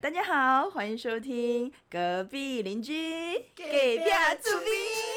大家好，欢迎收听隔壁邻居给票助逼。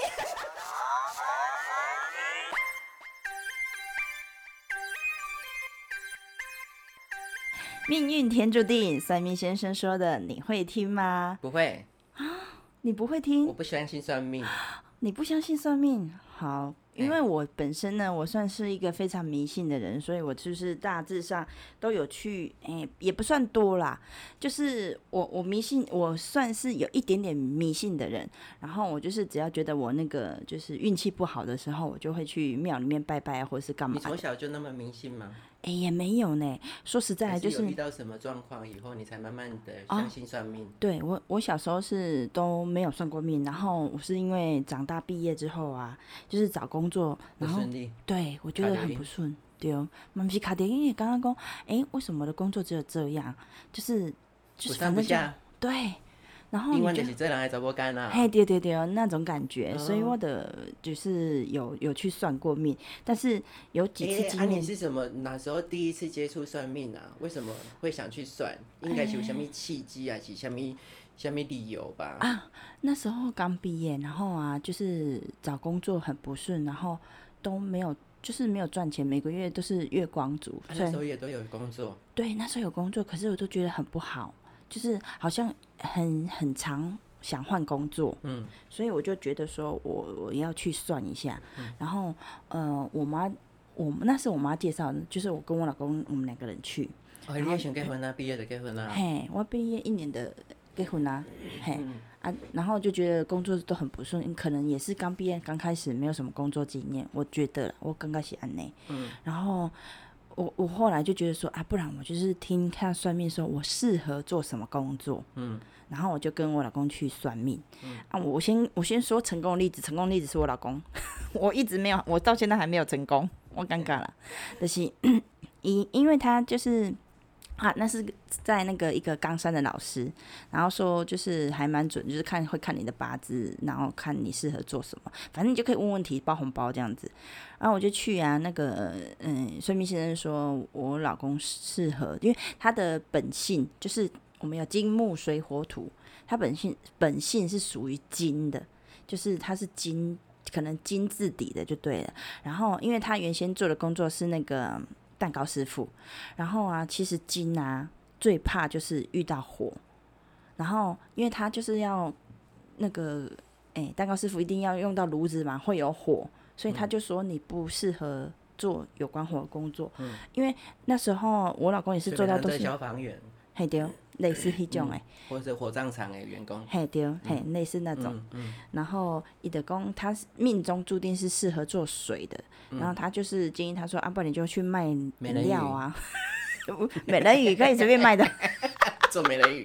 命运天注定，算命先生说的，你会听吗？ 不会， 你不会听？ 我不相信算命。 你不相信算命？好，因为我本身呢，我算是一个非常迷信的人，所以我就是大致上都有去，也不算多啦，就是我迷信，我算是有一点点迷信的人。然后我就是只要觉得我那个就是运气不好的时候，我就会去庙里面拜拜啊，或者是干嘛的。 你从小就那么迷信吗？ 也没有呢。说实在，就是有遇到什么状况以后，你才慢慢的相信算命？ 对，我小时候是都没有算过命，然后我是因为长大毕业之后啊，就是找工作，然后不顺利， 对我觉得很不顺。对哦，不是卡点，因为刚刚讲，为什么我的工作只有这样？就是不上不下， 对。然后另外就是这人还找不干啊。 嘿，对对对，那种感觉，所以我的就是有去算过命，但是有几次经验。 你是什么？哪时候第一次接触算命啊？为什么会想去算？应该是有什么契机啊？是什么理由吧？ 那时候刚毕业，然后啊，就是找工作很不顺，然后都没有。就是没有赚钱，每个月都是月光族。 那时候也都有工作。 对，那时候有工作，可是我都觉得很不好，就是好像很常想换工作。所以我就觉得说我要去算一下。然后那是我妈介绍的，就是我跟我老公我们两个人去。 你也想结婚啊？毕业就结婚啊？ 嘿，我毕业1年的结婚啊。嘿。然后就觉得工作都很不顺，可能也是刚毕业刚开始没有什么工作经验，我觉得我刚开始安内。然后我后来就觉得说不然我就是看算命说我适合做什么工作。然后我就跟我老公去算命。我先说成功的例子，成功的例子是我老公，我一直没有，我到现在还没有成功，我尴尬了。就是因为他就是那是在那个一个冈山的老师，然后说就是还蛮准，就是会看你的八字，然后看你适合做什么，反正你就可以问问题包红包这样子。然后我就去那个算命先生说我老公适合，因为他的本性就是我们有金木水火土，他本性是属于金的，就是他是金，可能金字底的就对了。然后因为他原先做的工作是那个蛋糕师傅，然后其实金最怕就是遇到火，然后因为他就是要那个蛋糕师傅一定要用到炉子嘛，会有火，所以他就说你不适合做有关火的工作。因为那时候我老公也是做到都是消防员， 嘿对，类似那种或者火葬场的员工， 嘿对，类似那种。然后他就说他命中注定是适合做水的。然后他就是建议他说不然你就去卖饮料啊，美人鱼可以随便卖的。 做美人鱼。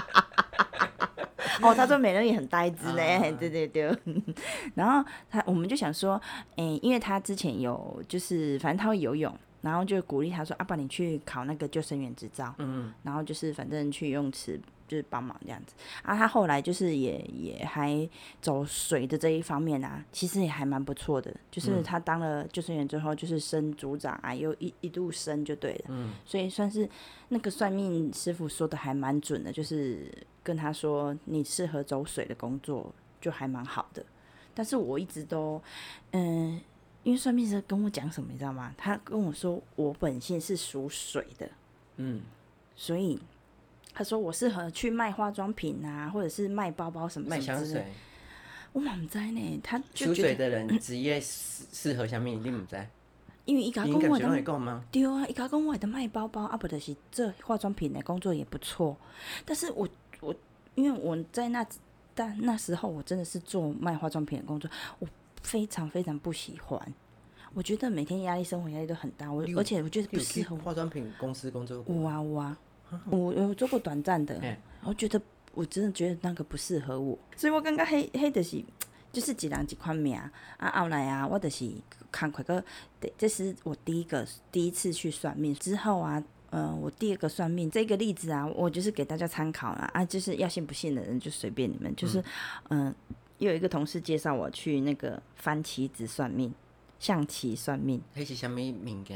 他说美人鱼很呆子呢。对对对。然后我们就想说因为他之前有就是反正他会游泳，然后就鼓励他说不然你去考那个救生员执照。然后就是反正去游泳池就是帮忙这样子他后来就是也还走水的这一方面其实也还蛮不错的，就是他当了救生员之后就是升组长又一路升就对了。所以算是那个算命师傅说的还蛮准的，就是跟他说你适合走水的工作就还蛮好的。但是我一直都因为算命师跟我讲什么你知道吗？他跟我说我本性是属水的。所以他说我适合去卖化妆品或者是卖包包什么什么之类的。 卖香水。 我嘛不知道呢，他就属水的人职业适合什么？你不知道？ 因为他跟我的对他跟我的卖包包不就是这化妆品的工作也不错。但是我因为我在那时候我真的是做卖化妆品的工作，我非常非常不喜欢。我觉得每天生活压力都很大，而且我觉得不适合。 化妆品公司工作过？ 我有做过短暂的。我真的觉得那个不适合我，所以我感觉那就是一人一款命后来我就是赶快个，这是我第一次去算命之后我第二个算命这个例子我就是给大家参考就是要信不信的人就随便你们。就是又有一个同事介绍我去那个番棋子算命、象棋算命。 那是什么物件？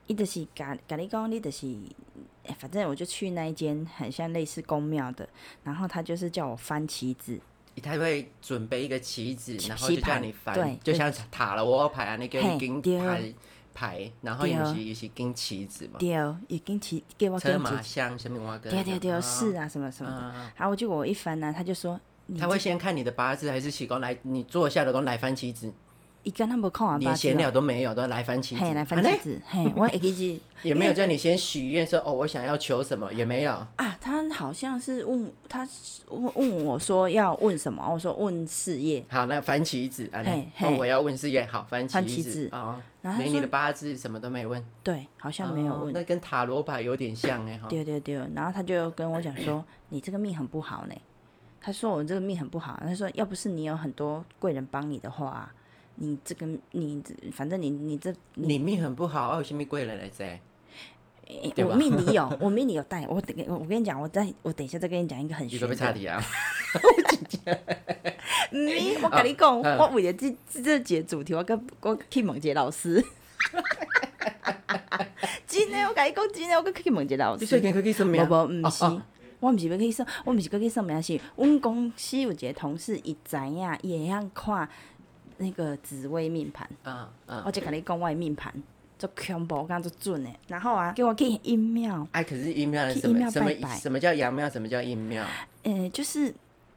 伊就是甲你讲，你就是，反正我就去那一间很像类似宫庙的，然后他就是叫我翻棋子。 他会准备一个棋子，然后就叫你翻， 对， 就像塔罗牌啊，你叫你跟牌，然后也是跟棋子嘛。 对，也跟棋，给我跟车马象什么哇个。 对，是啊，什么什么的。然后我一翻呢，他就说， 他会先看你的八字，还是起讲来你坐下的讲来翻棋子？ 伊敢若无看我八字， 连闲聊都没有，都来翻棋子。 嘿，来翻棋子，嘿，我会记住。 也没有叫你先许愿说哦，我想要求什么，也没有啊。他好像是问我说要问什么，我说问事业。 好，那翻棋子，我要问事业，好，翻棋子啊。连你的八字什么都没问。 对，好像没有问。 那跟塔罗牌有点像哎。 对，然后他就跟我讲说，你这个命很不好呢。他说我这个命很不好，他说要不是你有很多贵人帮你的话。你这个反正你命很不好，有什么贵人来着？ 我命里有带我跟你讲，我等一下再跟你讲一个很玄的。 你差题啊！ 我跟你讲，我为了这节主题，我去问一个老师。真的，我跟你讲，真的，我去问一个老师。 你最近去算命？ 不是。我毋是要去算，我毋是去算命，是阮公司有一个同事，伊知影，伊会晓看那个紫微命盘。我就跟你讲，我的命盘足恐怖，我感觉足准的。然后啊，叫我去阴庙。 可是阴庙是什么叫阳庙？什么叫阴庙？ 就是。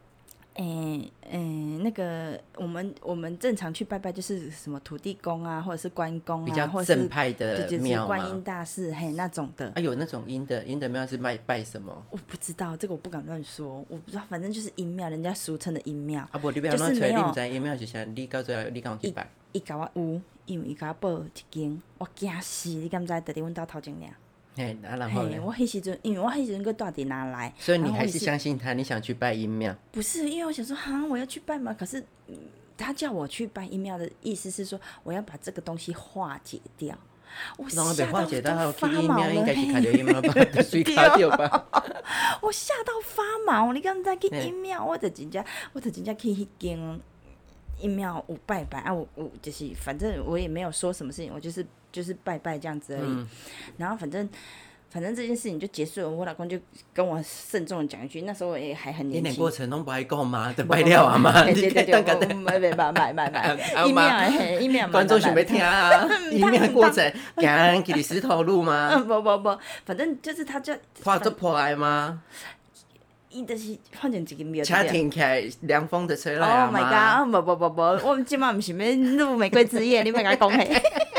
那个我们正常去拜拜就是什么土地公啊，或者是关公啊， 比较正派的庙嘛， 观音大士那种的。 有那种阴的庙是拜什么？ 我不知道，这个我不敢乱说，我不知道，反正就是阴庙，人家俗称的阴庙。 不，你不要乱吹，你不知阴庙是啥？你到最后你敢有去拜？ 伊甲我有，因为伊甲我报一间，我惊死，你敢知？就伫阮兜头前尔。 然后呢？ 我迄时阵，因为我迄时阵佮住伫哪来， 所以你还是相信他？你想去拜阴庙？ 不是，因为我想说，我要去拜嘛。可是，他叫我去拜阴庙的意思是说，我要把这个东西化解掉。我吓到发毛了，我吓到发毛。你敢知去阴庙？我就真正去迄间阴庙有拜拜啊，我就是反正我也没有说什么事情，我就是拜拜这样子而已。然后反正这件事情就结束了，我老公就跟我慎重的讲一句，那时候我也还很年轻。 你过程拢不爱讲嘛，就拜了啊嘛。 对，买阴庙。 观众想要听啊，阴庙过程，行去石头路吗？ 不，反正就是他就破来吗？ 伊就是反正一个庙。 车停起来，凉风就吹来啊嘛。 Oh my god！ 不，我们今晚不是要录玫瑰之夜，你莫甲讲嘿。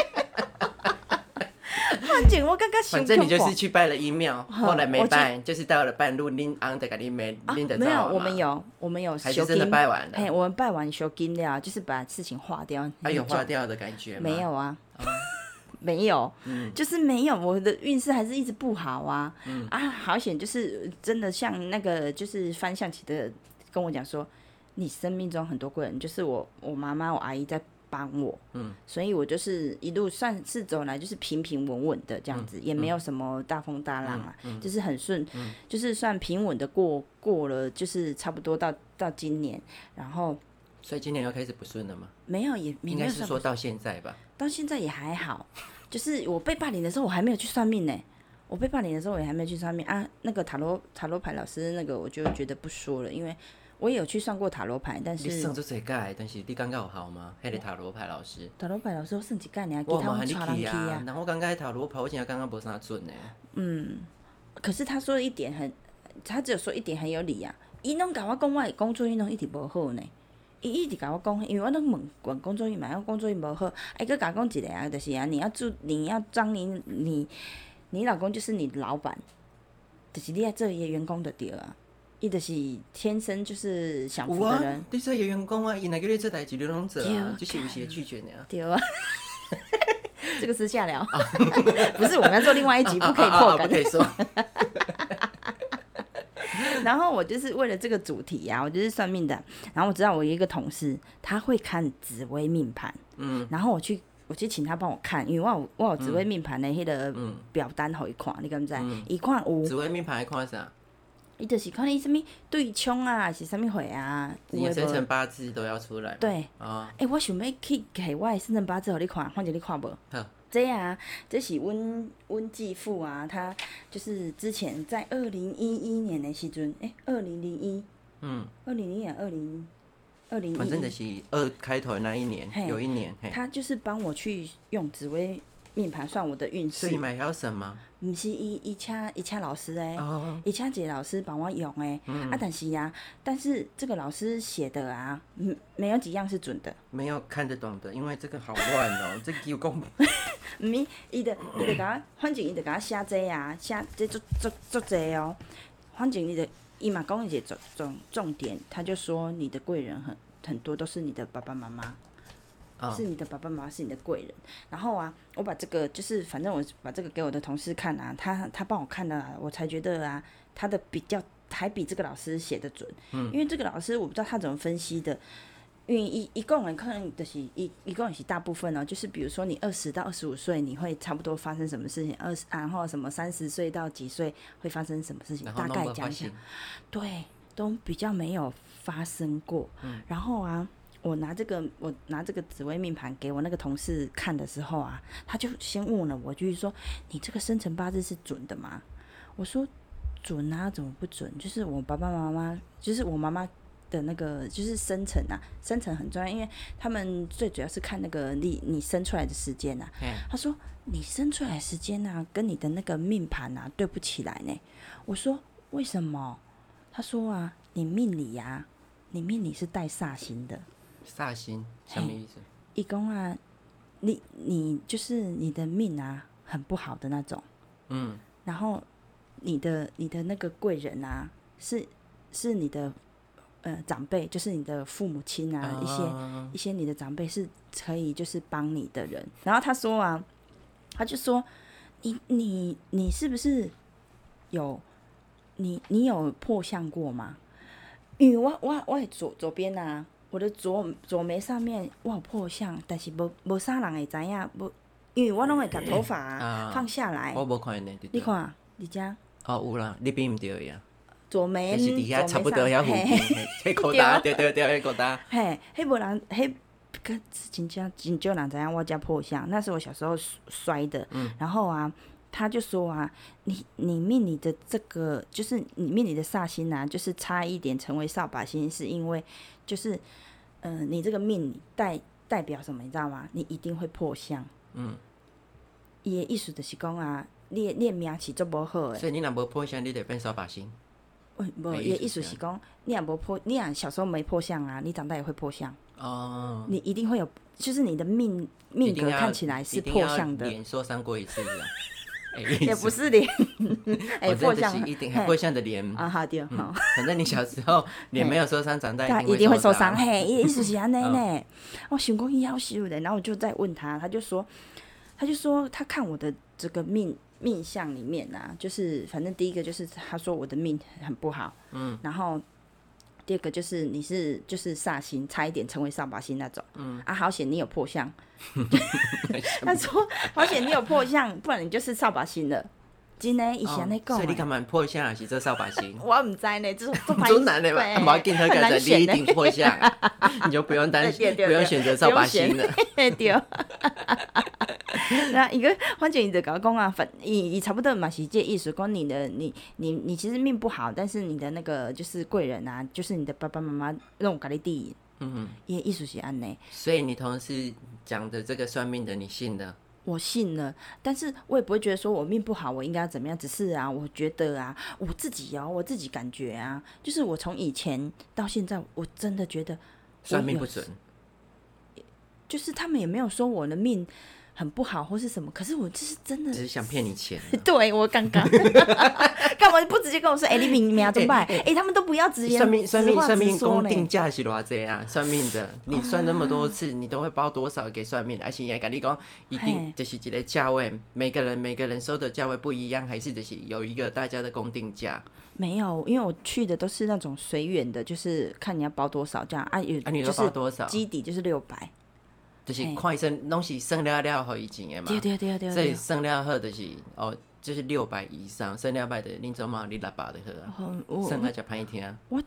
反正我感觉反正你就是去拜了阴庙，后来没拜，就是到了半路，恁翁就甲你没得走。 没有，我们有还是真的拜完了。 我们拜完修金了，就是把事情化掉。 有化掉的感觉吗？ 没有啊。没有，就是没有，我的运势还是一直不好啊。好险，就是真的像那个就是翻象棋的跟我讲说，你生命中很多贵人，就是我妈妈、我阿姨在帮我，所以我就是一路算是走来就是平平稳稳的这样子，也没有什么大风大浪啊，就是很顺，就是算平稳的过了，就是差不多到今年，然后。 所以今年又开始不顺了吗？ 没有，也没有。 应该是说到现在吧。 到现在也还好，就是我被霸凌的时候，我还没有去算命呢。我被霸凌的时候，我也还没有去算命啊。那个塔罗牌老师那个，我就觉得不说了，因为我也有去算过塔罗牌，但是你算做几届，但是你感觉有效吗？迄个塔罗牌老师。 塔罗牌老师我算一届尔， 其他我带人去啊。然后我感觉塔罗牌，我真的感觉无啥准呢。 可是他说一点他只有说一点很有理啊。伊拢甲我讲，我的工作运拢一直无好呢。伊一直甲我讲，因为我拢问工作运嘛，我工作运无好，佫甲我讲一个啊，就是啊，你要张你老公就是你的老板，就是你要做伊的员工就对啊。伊就是天生就是享福的人。 你做伊的员工啊，伊若叫你做代志，你拢做啊，就是有时会拒绝你啊。 对啊。这个私下聊，不是我们要做另外一集，不可以破梗。 不可以说。 然后我就是为了这个主题啊，我就是算命的。然后我知道我有一个同事，他会看紫微命盘，然后我去请他帮我看，因为我有紫微命盘的迄个表单互伊看，你敢知？伊看有紫微命盘，看啥？ 伊就是看你什么对冲啊，是什么会啊？ 你的生辰八字都要出来。 对。我想要去给我的生辰八字互你看，反正你看无。 好。 这啊，这是阮继父啊，他就是之前在2011年的时阵，2001，2001， 反正就是2开头的那一年，有一年， 他就是帮我去用紫微命盘算我的运势。 所以买要什么？ 不是伊请老师诶，伊请一个老师帮我用诶，但是这个老师写的啊，没有几样是准的。 没有看得懂的，因为这个好乱哦，这有讲。 毋是，伊就甲我，反正伊就甲我写这啊，写这足济哦。反正伊嘛讲一个重点，他就说你的贵人很多都是你的爸爸妈妈。是你的爸爸妈妈，是你的贵人。然后啊，我把这个就是反正我把这个给我的同事看啊，他帮我看了，我才觉得啊，他的还比这个老师写的准。因为这个老师我不知道他怎么分析的，因为一共人可能就是一共是大部分哦，就是比如说你20到25岁你会差不多发生什么事情，然后什么30岁到几岁会发生什么事情，大概讲一下。对，都比较没有发生过。然后啊。我拿这个紫微命盘给我那个同事看的时候啊，他就先问了我，就是说你这个生辰八字是准的吗？我说准啊，怎么不准？就是我爸爸妈妈，就是我妈妈的那个就是生辰啊，生辰很重要，因为他们最主要是看那个你生出来的时间啊。他说你生出来的时间啊，跟你的那个命盘啊对不起来呢。我说为什么？他说啊，你命里是带煞星的。 煞星什么意思？ 伊讲啊，你就是你的命啊，很不好的那种。然后你的那个贵人啊，是你的长辈，就是你的父母亲啊，一些你的长辈是可以就是帮你的人。然后他说啊，他就说你是不是有你有破相过吗？因为我的左边啊。我的左眉上面我有破相，但是无啥人会知影，因为我拢会把头发放下来。 我无看呢， 你看，你遮。 有啦，你比毋对呀。 左眉， 就是伫遐差不多遐附近，迄口大，对，迄口大。 嘿，迄无人，迄真少人知影我遮破相，那是我小时候摔的。然后啊。他就说啊，你命里的这个就是你命里的煞星啊，就是差一点成为扫把星，是因为就是你这个命代表什么，你知道吗？你一定会破相。伊的意思就是讲啊，你的命是足无好的。 所以你若无破相，你就变扫把星。 无，伊的意思是讲，你若小时候没破相啊，你长大也会破相。你一定会有，就是你的命格看起来是破相的。 脸受伤过一次这样。 也不是脸，破相一定破相的脸啊，好对，好。 反正你小时候脸没有受伤，长大一定会受伤。嘿，意思是安尼呢。我想讲夭寿的，然后我就再问他，他就说他看我的这个命相里面啊，就是反正第一个就是他说我的命很不好，然后。第二个就是你就是煞星，差一点成为扫把星那种。好险你有破相。他说好险你有破相，不然你就是扫把星了。真的，以前在讲。 所以你干嘛破相还是做扫把星？ 我唔知呢，这很难的嘛，不要紧，他改成你一定破相，你就不用担心，不用选择扫把星了。 对。那一个，反正伊就甲我讲啊，伊差不多嘛是这意思，讲你其实命不好，但是你的那个就是贵人啊，就是你的爸爸妈妈拢甲你抵。伊的意思是安尼。 所以你同事讲的这个算命的，你信了？ 我信了，但是我也不会觉得说我命不好，我应该要怎么样。只是啊，我觉得啊，我自己感觉啊，就是我从以前到现在，我真的觉得算命不准。 就是他们也没有说我的命很不好或是什么，可是我就是真的只是想骗你钱。 对，我刚刚干嘛不直接跟我说你命怎么办？他们都不要直接算命公定价是多少啊？算命的你算那么多次，你都会包多少给算命的？而且也跟你讲一定就是一个价位，每个人收的价位不一样，还是就是有一个大家的公定价？ 没有，因为我去的都是那种随缘的，就是看你要包多少这样啊。 你都包多少？ 基底就是600。 就是看医生拢是算了好以前的嘛， 对， 所以算了好就是就是600以上，算了歹的恁做嘛你600就好啊，算了才歹听。 我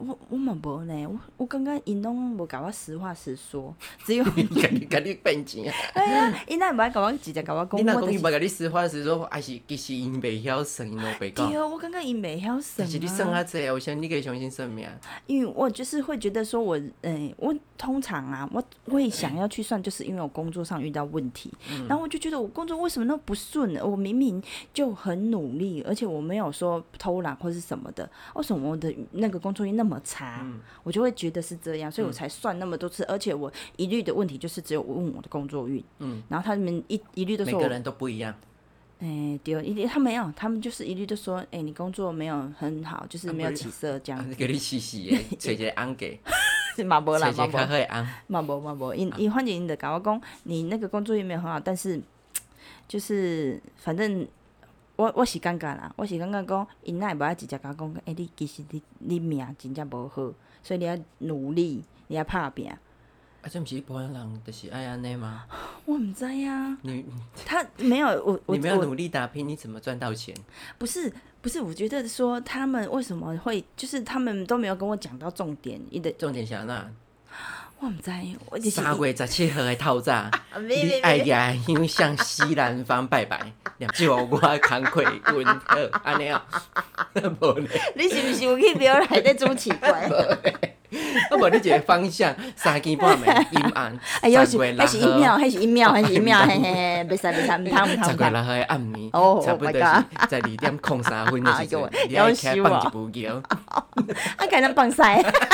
我嘛无呢，我感觉因拢无甲我实话实说，只有甲你变钱啊！ 哎呀，因那无爱甲我直接甲我讲， 你若讲伊无甲你实话实说，还是其实因袂晓算，因拢袂讲。 对，我感觉因袂晓算。 但是你算较济，为什么你可以相信算命？ 因为我就是会觉得说我通常啊，我会想要去算，就是因为我工作上遇到问题，然后我就觉得我工作为什么那么不顺？我明明就很努力，而且我没有说偷懒或是什么的，为什么我的那个工作运那么差？我就会觉得是这样，所以我才算那么多次，而且我一律的问题就是只有问我的工作运，然后他们一律都说每个人都不一样。 对，他没有，他们就是一律都说，你工作没有很好，就是没有起色这样。 叫你死死的，找一个翁嫁。 嘛无啦， 找一个较好的翁。 嘛无，因反正因就甲我讲，你那个工作运没有很好，但是就是反正我是感觉啦，我是感觉讲，因哪会无爱直接甲我讲，你其实你命真正无好，所以你要努力，你要打拼。 这不是一般人就是爱安尼吗？ 我唔知啊。他没有你没有努力打拼，你怎么赚到钱？ 不是，我觉得说他们为什么会，就是他们都没有跟我讲到重点。 重点是哪？ 我唔知，我就是 3月17号的透早，你爱牙香向西南方拜拜，就我工课温好，安尼啊？无咧？ 你是不是有去庙内底做奇怪？ 啊，无你一个方向3更半暝阴暗，3月6号， 迄是阴庙，嘿嘿嘿，袂使，唔通。 3月6号的暗暝，差不多是12點03分的时阵，你爱起来放一部桥， 啊，甲咱放屎。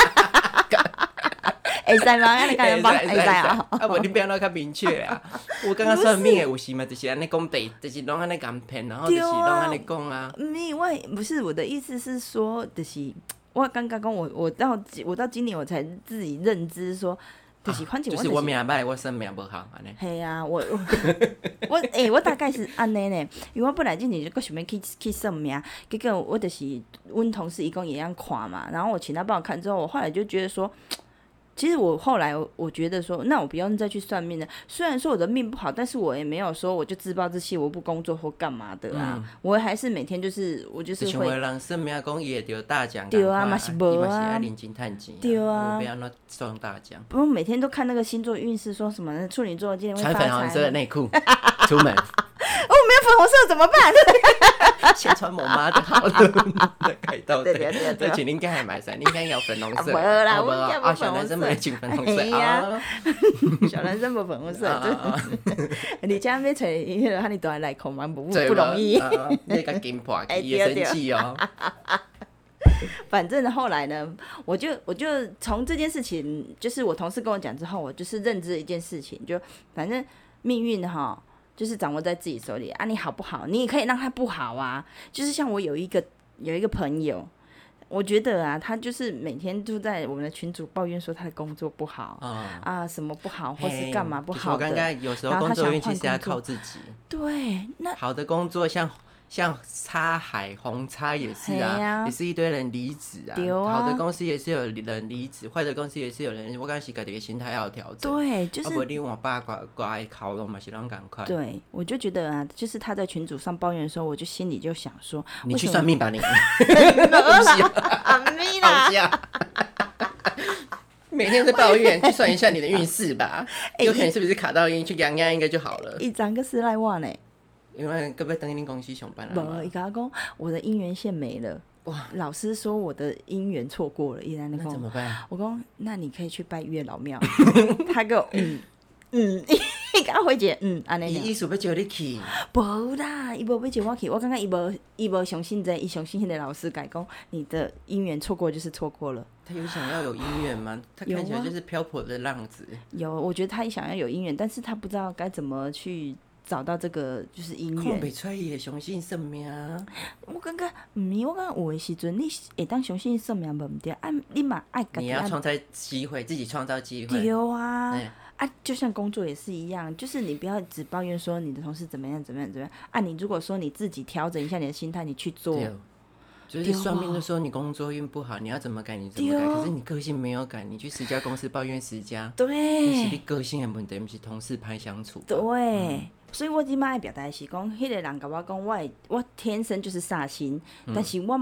会使吗？安尼甲人放会使啊？ 啊，无你变到较明确啊！我刚刚算命的有时嘛，就是安尼讲白，就是拢安尼讲骗，然后就是拢安尼讲啊。 不是我的意思是说，就是我刚刚讲我到今年我才自己认知说，就是反正就是我命歹，我算命无好安尼。 系啊，我大概是安尼呢，因为我本来今年就想要去算命，结果我就是阮同事伊讲也一样看嘛，然后我请他帮我看之后，我后来就觉得说。其实我后来我觉得说，那我不用再去算命了。虽然说我的命不好，但是我也没有说我就自暴自弃，我不工作或干嘛的啊。我还是每天就是我就是会。 像有人算命讲伊会得大奖， 对啊，嘛是无啊， 伊嘛是爱认真趁钱， 对啊， 不要那中大奖。 不用每天都看那个星座运势，说什么处女座今天会发财。 穿粉红色的内裤出门。 哦，没有粉红色怎么办？ 先穿某妈的好了，再开刀。对，而且你应该还买啥？你应该有粉红色。 没啦， 我啊， 小男生没穿粉红色啊。小男生无粉红色，你家要找迄个遐尼大内裤嘛，不容易。 你甲金破去，也生气哦。 反正后来呢，我就从这件事情，就是我同事跟我讲之后，我就是认知了一件事情，就反正命运哈。就是掌握在自己手里啊，你好不好？你也可以让他不好啊。就是像我有一个朋友，我觉得啊，他就是每天都在我们的群组抱怨说他的工作不好，啊什么不好，或是干嘛不好的。 我刚刚有时候工作运其实要靠自己。 对，那好的工作像叉海红叉也是啊，也是一堆人离职啊。好的公司也是有人离职，坏的公司也是有人。我感觉是自己的心态要调整。 对，就是。 不然你换八卦考拢嘛是拢赶快。 对，我就觉得啊，就是他在群组上抱怨的时候，我就心里就想说， 你去算命吧你。 阿咪啦。 每天在抱怨，去算一下你的运势吧。有可能是不是卡到音，去量量应该就好了。 一张个400万呢。 因为可不可以等你公司上班了？ 不，伊甲我讲我的姻缘线没了。哇！老师说我的姻缘错过了，依然那怎么办？ 我讲那你可以去拜月老庙。他给我伊甲我回姐安尼。 伊意思要叫你去？ 无啦，伊无要叫我去。我感觉伊无相信伊相信迄个老师讲你的姻缘错过就是错过了。 他有想要有姻缘吗？他看起来就是漂泊的浪子。 有，我觉得他也想要有姻缘，但是他不知道该怎么去。找到这个就是姻缘， 看不出来伊会相信算命。 我感觉我感觉有的时阵你会当相信算命无对，你嘛爱家己。 你要创造机会，自己创造机会。 对啊，就像工作也是一样，就是你不要只抱怨说你的同事怎么样啊。你如果说你自己调整一下你的心态，你去做。 就是算命就说你工作运不好，你要怎么改你怎么改，可是你个性没有改，你去10家公司抱怨10家， 对， 那是你个性的问题，不是同事歹相处。 对。所以我即摆爱表达的是讲，迄个人甲我讲，我天生就是煞星，但是我嘛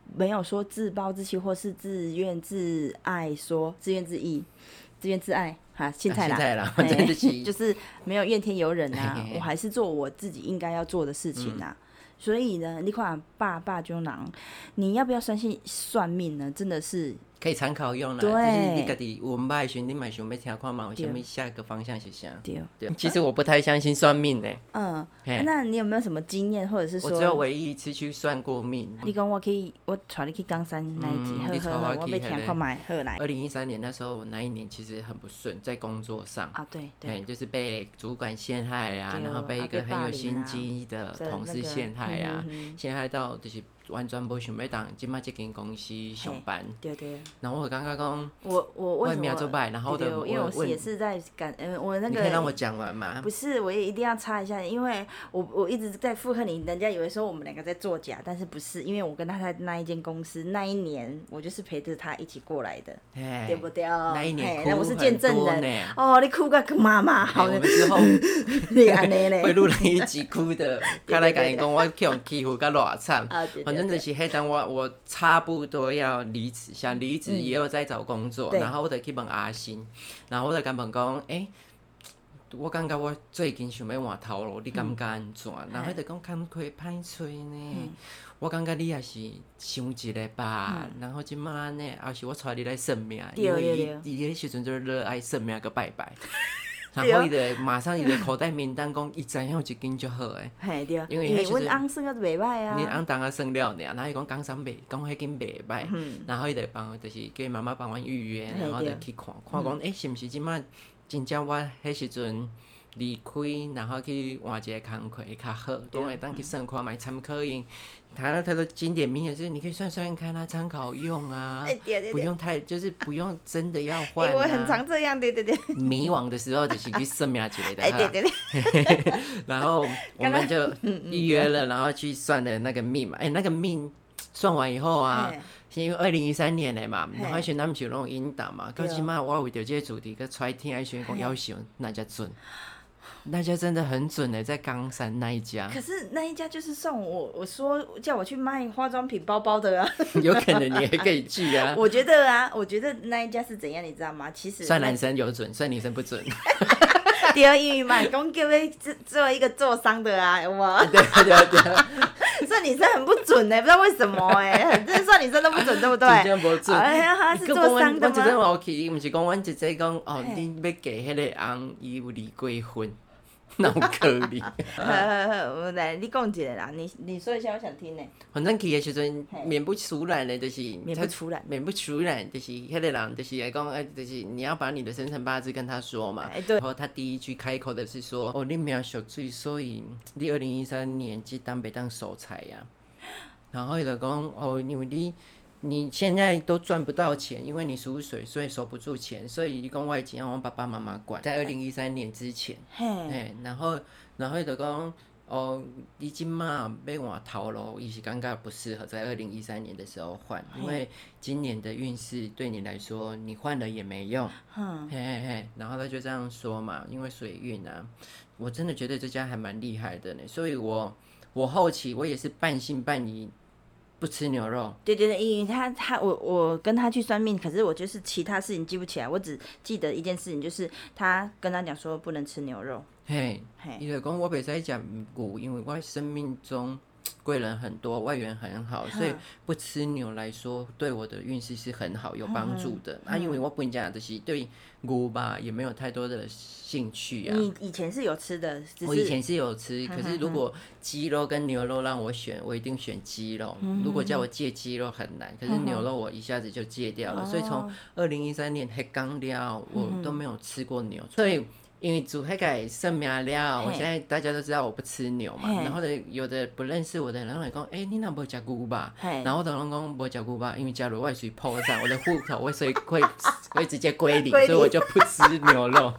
没有说自暴自弃或是自怨自艾，说自怨自艾，自怨自艾哈，心态啦，就是没有怨天尤人啊，我还是做我自己应该要做的事情啊。所以呢，你看爸就人，你要不要相信算命呢？真的是可以参考用啦，就是你自己有唔歹的时候，你嘛想要听看嘛，有什么下一个方向是啥？对，其实我不太相信算命的。 那你有没有什么经验，或者是说？ 我只有唯一一次去算过命。 你讲我带你去冈山那一集，好，我要听看买，好来。 2013年那时候，那一年其实很不顺，在工作上啊，对， 就是被主管陷害啊，然后被一个很有心机的同事陷害啊，陷害到就是完全无想要当现在这间公司上班。 对。 然后我刚刚讲， 我为什么做败，然后因为我也是在我那个。 你可以让我讲完吗？ 不是，我也一定要插一下，因为我一直在附和你，人家以为说我们两个在作假，但是不是，因为我跟他在那一间公司那一年，我就是陪着他一起过来的，对不对？ 那一年那我是见证人哦，你哭个妈妈，好我们之后你安尼嘞， 会录了一集哭的，他来跟你讲我被人欺负到偌惨，反正就是迄当我差不多要离职，想离职也有在找工作，然后我就去问阿信，然后我就跟问讲，我感觉我最近想要换头路，你感觉安怎？然后伊就讲工课歹找呢，我感觉你也是想一个吧。然后即摆呢，后是我带你来算命，因为伊迄时阵就是热爱算命个拜拜。然后伊就马上伊就口袋名单讲，伊知影有一间就好诶。 对， 因为阮翁算啊袂歹啊。 恁翁当啊算了尔，然后伊讲工商袂，讲迄间袂歹。然后伊就就是叫妈妈帮阮预约，然后就去看讲，是毋是即摆？真正我迄时阵离开，然后去换一个工课会较好，都会当去算看卖参考用。他的经典名言是：你可以算算看啊，参考用啊，不用太就是不用真的要换啊。 我很常这样，对。 迷惘的时候就是去算命之类的。对。然后我们就预约了，然后去算了那个命嘛。那个命算完以后啊。是因为2013年的嘛，然后迄时咱毋是有拢引导嘛，到即摆我为着这个主题去揣听，迄时讲要求那家准，那家真的很准的，在冈山那一家。 可是那一家就是送我说叫我去卖化妆品包包的啊。 有可能你也可以去啊。 我觉得那一家是怎样，你知道吗？其实算男生有准，算女生不准。 第二因为嘛，讲叫要做一个做商的啊，有无？ 对。 算女生很不准不知道为什么真算女生都不准，对不对？ 真正无准。 他是做商的吗？ 我一阵有去，毋是讲阮一姐讲你要嫁迄个翁，伊有离过婚，哪有可能？ 好，来，你讲一个啦，你说一下，我想听呢。 反正去的时阵，免不出来的就是免不出来， 就是迄个人就是来讲，就是你要把你的生辰八字跟他说嘛。 对。 然后他第一句开口的是说：“你命属水，所以你2013年即当袂当守财呀。”然后伊就讲因为你现在都赚不到钱，因为你属水，所以守不住钱，所以你讲我的钱要我爸爸妈妈管。在2013年之前，然后伊就讲你即摆要换头路，伊是感觉不适合在2013年的时候换，因为今年的运势对你来说，你换了也没用。然后他就这样说嘛，因为水运啊，我真的觉得这家还蛮厉害的呢，所以我后期我也是半信半疑。不吃牛肉。 对，因为我跟他去算命，可是我就是其他事情记不起来，我只记得一件事情，就是他跟他讲说不能吃牛肉。 伊就讲我袂使食牛，因为我生命中贵人很多，外援很好，所以不吃牛来说，对我的运势是很好，有帮助的。因为我本身就是对牛吧也没有太多的兴趣啊。 你以前是有吃的？ 我以前是有吃，可是如果鸡肉跟牛肉让我选，我一定选鸡肉。如果叫我戒鸡肉很难，可是牛肉我一下子就戒掉了。所以从2013年黑刚了，我都没有吃过牛，所以。因为煮迄个算命了，我现在大家都知道我不吃牛嘛，然后有的不认识我的人会讲，你哪无吃牛吧？然后我就拢讲无吃牛吧，因为假如我属于破绽，我的户头会直接归零，所以我就不吃牛肉。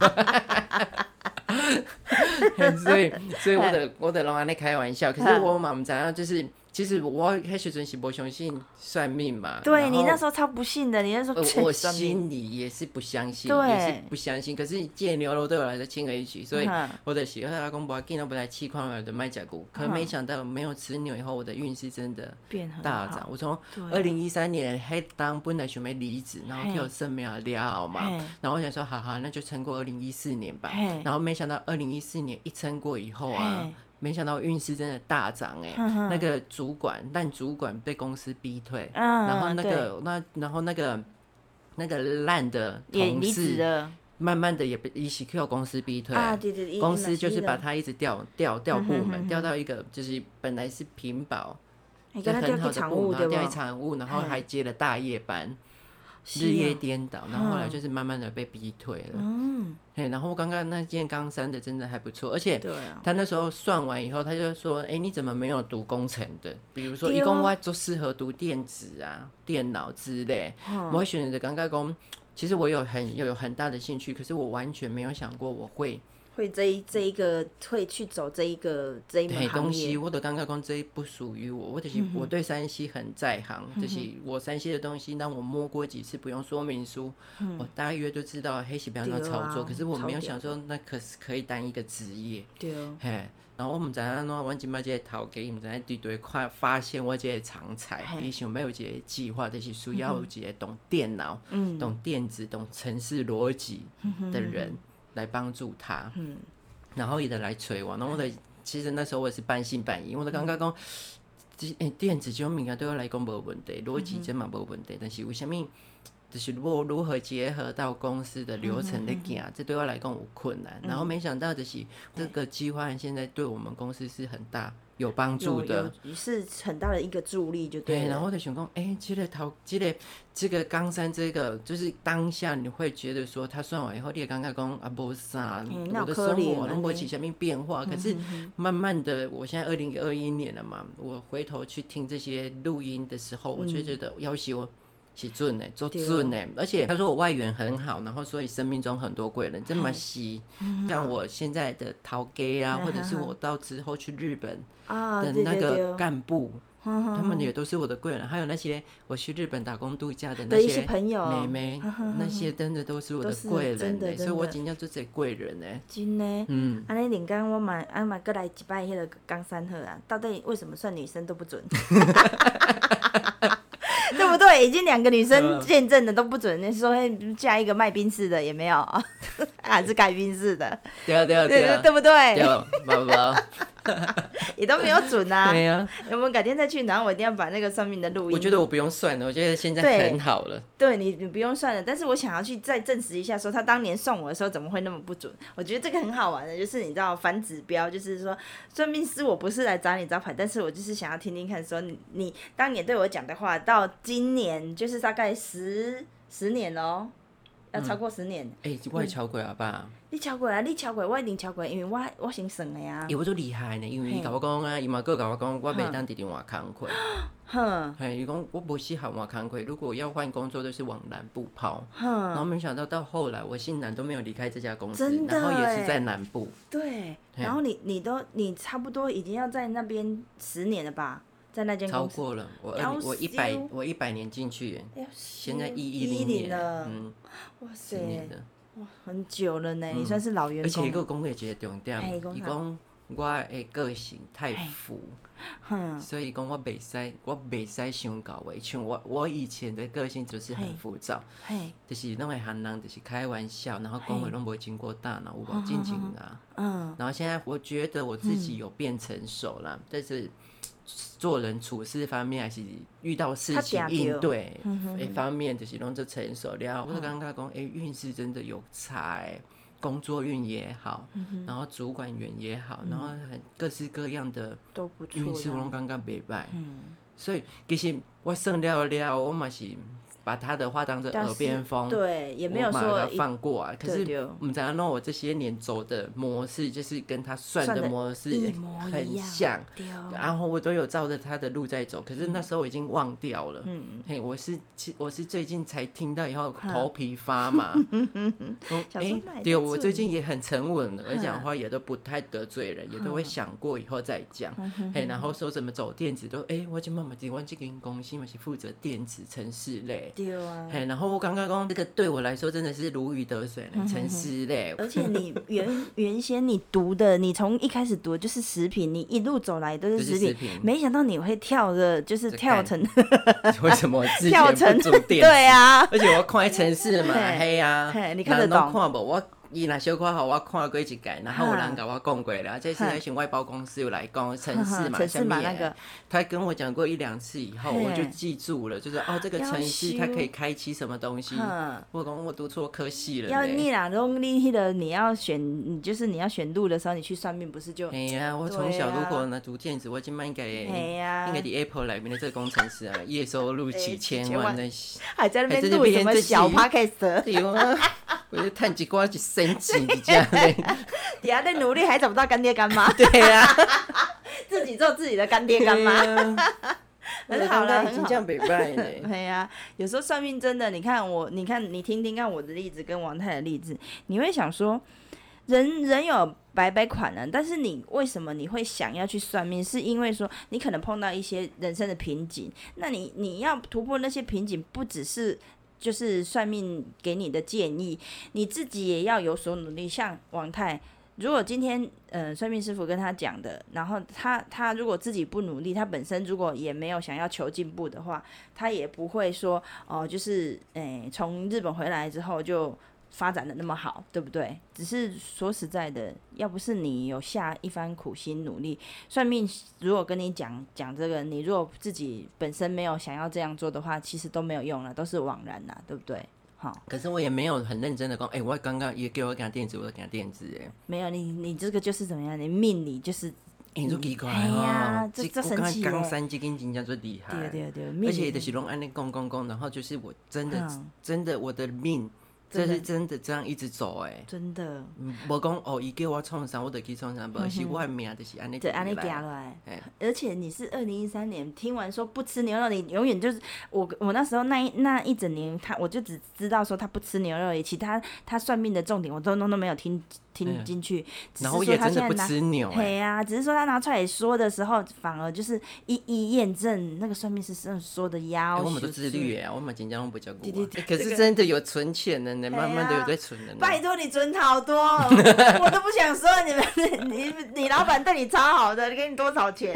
所以我的拢安尼开玩笑，可是我嘛唔知道，就是其其实我那时阵是不相信算命嘛， 对你那时候超不信的，你那时候我心里也是不相信， 对， 也是不相信。可是这牛肉对我来说轻而易举，所以我的喜欢阿公不见，我本来气矿了的卖甲骨，可没想到没有吃牛以后，我的运势真的大涨。我从2013年黑当本来准备离职，然后就生命了嘛，然后我想说，好，那就撑过2014年吧。然后没想到2014年一撑过以后啊。没想到运势真的大涨那个烂主管被公司逼退，然后那个烂的同事慢慢的也被一起 Q 公司逼退对，公司就是把他一直调部门，调到一个就是本来是品保就很好的部门，调去常务，然后还接了大夜班。日夜颠倒，然后后来就是慢慢的被逼退了。然后刚刚那件冈山的真的还不错，而且他那时候算完以后，他就说：“你怎么没有读工程的？比如说，一共我就适合读电子啊、电脑之类。”我选择刚刚讲，其实我有很大的兴趣，可是我完全没有想过我会这一个会去走这一门行业东西，我就感觉讲这不属于我，就是我对3C很在行，就是我3C的东西，让我摸过几次不用说明书，我大约就知道黑是不要操作，可是我没有想说那可以当一个职业， 对然后我们知影怎，阮即摆这个头家，唔知影对发现我这个长才，伊想要有一个计划，就是需要有一个懂电脑、懂电子、懂程式逻辑的人。来帮助他，然后也得来催我，然后其实那时候我也是半信半疑，我就感觉讲，电子这种物件对我来讲无问题，逻辑真嘛无问题，但是为什么就是如何结合到公司的流程的行，这对我来讲有困难。然后没想到就是这个计划现在对我们公司是很大有帮助的， 是很大的一个助力，就对了。 对，然后我就想讲，这个冈山这个，就是当下你会觉得说，他算完以后，你也感觉讲啊，无啥，我的生活拢无起什么变化。可是慢慢的，我现在2021年了嘛，我回头去听这些录音的时候，我就觉得要求是准的，做准的。而且他说我外缘很好，然后所以生命中很多贵人，这么细。像我现在的头家啊，或者是我到之后去日本的那个干部。他们也都是我的贵人，还有那些我去日本打工度假的那些朋友妹妹，那些真的都是我的贵人所以我真正做这贵人真的，安尼连讲我嘛过来一摆迄个冈山好啊，到底为什么算女生都不准？对不对？已经2个女生见证的都不准，你说嫁一个卖冰室的也没有，还是盖冰室的， 对不对？ 对， 也都没有准啊。 对啊， 我们改天再去，然后我一定要把那个上面的录音。 我觉得我不用算了，我觉得现在很好了。 对你不用算了，但是我想要去再证实一下，说他当年送我的时候怎么会那么不准？我觉得这个很好玩的，就是你知道反指标，就是说算命师我不是来找你招牌，但是我就是想要听听看，说你当年对我讲的话，到今年就是大概10年哦。要超过10年， 我也超过啊爸。 你超过啊，我一定超过，因为我先算的啊。 我就厉害呢，因为伊甲我讲啊，伊嘛佫甲我讲，我袂当直直换工课。伊讲我不适合换工课，如果要换工作，就是往南部跑。然后没想到后来，我姓南都没有离开这家公司，然后也是在南部。 对，然后你差不多已经要在那边10年了吧？在那间公司超过了，我100年进去，现在110年了， 哇塞 10年了， 哇，很久了呢，你算是老员工。 而且伊个讲的一个重点，伊讲我的个性太浮，所以讲我袂使伤搞的，像我以前的个性就是很浮躁，就是拢会喊人就是开玩笑，然后讲话拢不会经过大脑，有无进前啊？然后现在我觉得我自己有变成熟了，但是。做人处事方面，还是遇到事情应对方面，就是拢做成熟了。我就刚刚讲，运势真的有差工作运也好，然后主管运也好，然后各式各样的运势，我拢感觉袂歹。所以其实我算了，我嘛是把他的话当成耳边风， 对，也没有说把它放过啊。可是我们怎样弄？我这些年走的模式，就是跟他算的模式很像，然后我都有照着他的路在走。可是那时候我已经忘掉了。嘿，我是最近才听到以后头皮发麻。对，我最近也很沉稳了，我讲话也都不太得罪人，也都会想过以后再讲。嘿，然后说怎么走电子都我今嘛我这间公司嘛是负责电子程式类。 对啊。 嘿，然后我刚刚讲这个对我来说真的是如鱼得水的程式类。 而且你原先你读的，你从一开始读的就是食品，你一路走来都是食品，没想到你会跳成为什么之前不读电子？ 对啊， 而且我看程式嘛，嘿啊， 你看得懂？ 看不我。伊若小可好，我看过一届，然后有人甲我讲过了，这是那些外包公司有来讲程式嘛，下面那个，他跟我讲过1-2次以后，我就记住了，就是这个程式它可以开启什么东西。我讲我读错科系了。 要你啦，你要选，就是你要选路的时候，你去算命不是就？ 哎呀，我从小如果呢读电子，我今晚应该在 Apple 里面的这个工程师啊，月收入几千万的， 还在那边录什么小 podcast？ 对啊，我就赚一寡1升级这样嘞， 底下在努力还找不到干爹干妈， 对呀、 自己做自己的干爹干妈，很好了，很好， 这样没败呢。 对呀，有时候算命真的，你看你听听看我的例子跟王太的例子，你会想说，人有百款人，但是你为什么你会想要去算命？是因为说你可能碰到一些人生的瓶颈，那你要突破那些瓶颈，不只是就是算命给你的建议，你自己也要有所努力。像王太，如果今天算命师傅跟他讲的，然后他如果自己不努力，他本身如果也没有想要求进步的话，他也不会说就是从日本回来之后就发展的那么好，对不对？只是说实在的，要不是你有下一番苦心努力，算命如果跟你讲这个，你如果自己本身没有想要这样做的话，其实都没有用了，都是枉然啦，对不对？好， 可是我也没有很认真的讲，我刚刚也给我讲电子，我讲电子， 没有，你这个就是怎么样？你命里就是。 很奇怪这神奇耶！ 刚三这根真正最厉害， 对， 而且就是拢安尼讲，然后就是我真的我的命。这是真的这样一直走真的。 无讲伊叫我创啥，我就去创啥，不是我的命就是安尼。 对，安尼行落来。而且你是2013年听完说不吃牛肉，你永远就是我那时候那一整年，我就只知道说他不吃牛肉，其他算命的重点我都没有听进去。 然后也真的不吃牛。 对啊，只是说他拿出来说的时候，反而就是一验证那个算命师说的要求。 我们都自律我们真正拢不叫过。可是真的有存钱的。慢慢的有在存的， 拜托你存好多，我都不想说你老板对你超好的，给你多少钱？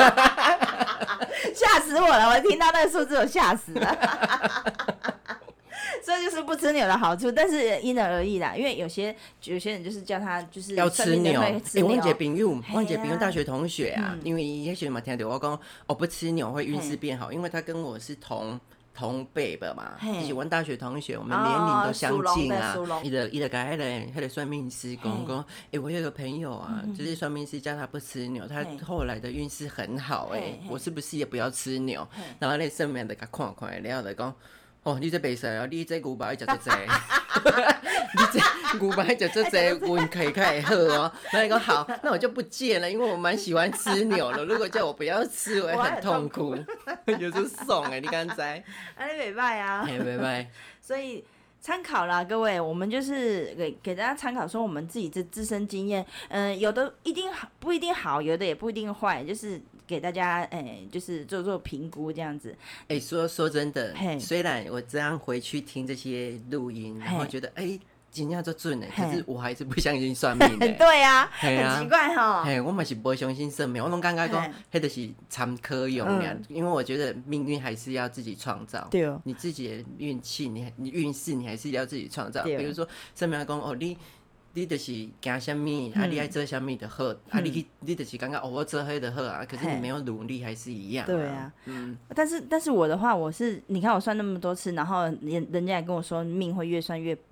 吓死我了！我听到那个数字我吓死了。这就是不吃牛的好处，但是因人而异啦。因为有些人就是叫他就是要吃牛。我一个朋友大学同学啊，因为那时候嘛听到我讲不吃牛会运势变好，因为他跟我是同辈的嘛，就是阮大学同学，我们年龄都相近啊。伊就甲迄个算命师讲，我有个朋友啊，就是算命师叫他不吃牛，他后来的运势很好我是不是也不要吃牛？然后那算命的甲看，然后就讲。你这袂使啊！你这牛排食足济，你这牛排食足济，运气较会好哦。然后伊讲好，那我就不见了，因为我蛮喜欢吃牛的。如果叫我不要吃，我会很痛苦。有时爽你敢知？ 啊，你袂歹啊！ 袂歹。 所以参考啦，各位，我们就是给大家参考，说我们自己的自身经验，有的一定好，不一定好，有的也不一定坏，就是给大家，就是做评估这样子。 说真的，虽然我这样回去听这些录音，然后觉得，真正做准可是我还是不相信算命对啊，很奇怪我嘛是不相信算命，我拢感觉讲，迄就是参考用因为我觉得命运还是要自己创造。 对， 你自己的运气，你运势，你还是要自己创造。比如说，算命讲你就是行什么你爱做什么就好你就是感觉我做迄就好啊，可是你没有努力还是一样。 对啊，但是我的话，你看我算那么多次，然后人家也跟我说命会越算越薄。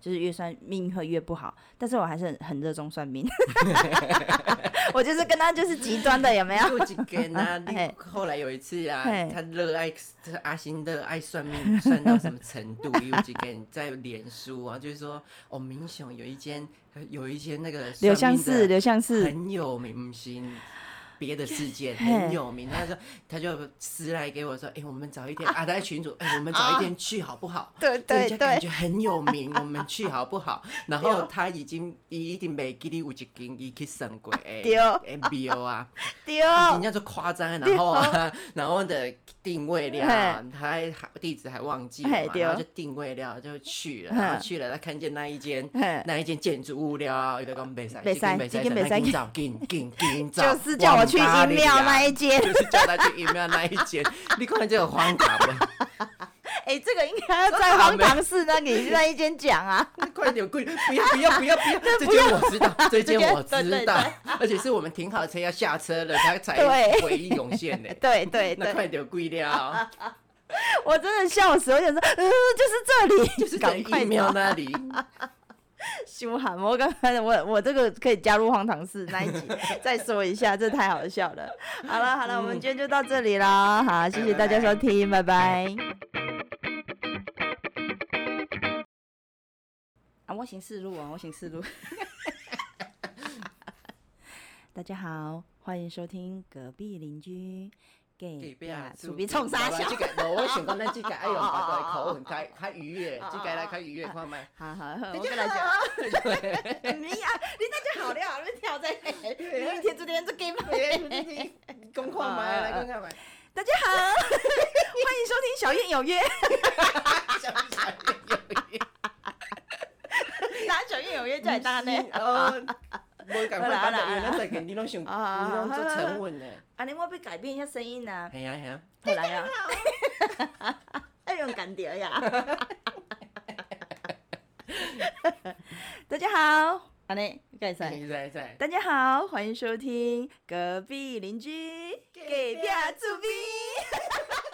就是越算命会越不好。但是我还是很热衷算命，我就是跟他就是极端的，有没有？ 有一个啊，后来有一次啊，他阿星热爱算命，算到什么程度？有一个人在脸书啊，就是说哦，民雄有一间那个刘向寺很有名，不是别的事件很有名，他就私来给我说，我们早一天他在群组，我们早一天去好不好？ 对， 感觉很有名，我们去好不好？然后他一定没记得有一间伊去算过庙啊，人家就夸张，然后的定位了，他地址还忘记了嘛，然后就定位了就去了，然后去了他看见那一间建筑物了，就讲没使，紧走， 就是叫我去阴庙那一间， 就是叫他去阴庙那一间。你看这个荒唐吗？ 这个应该要在荒唐寺那一间讲啊！ 快点，不要！这间我知道，这间我知道，而且是我们停好车要下车了，他才回忆涌现呢。 对， 那快点跪了！ 我真的笑死，我想说，就是这里， 就是赶快庙那里。 凶悍！我刚才我这个可以加入荒唐寺那一集再说一下，这太好笑了。好了，我们今天就到这里啦。好，谢谢大家收听，拜拜。我行四路。大家好，欢迎收听隔壁邻居。隔壁厝边创啥小？ 我想讲咱这个爱用口吻较愉悦，这个来较愉悦，看麦。 好，我跟他讲。你大家好了，你跳在，你天天这 game， 讲看麦，来讲看麦。 大家好，欢迎收听小燕有约。 小燕有约。 哪小燕有约在搭呢？ 无赶快把这原来在给你拢想，你拢做沉稳的。 尼我要改变一下声音啊。 系啊。 来啊！要用感调呀。大家好，安尼该使。大家好，欢迎收听隔壁邻居隔壁厝边。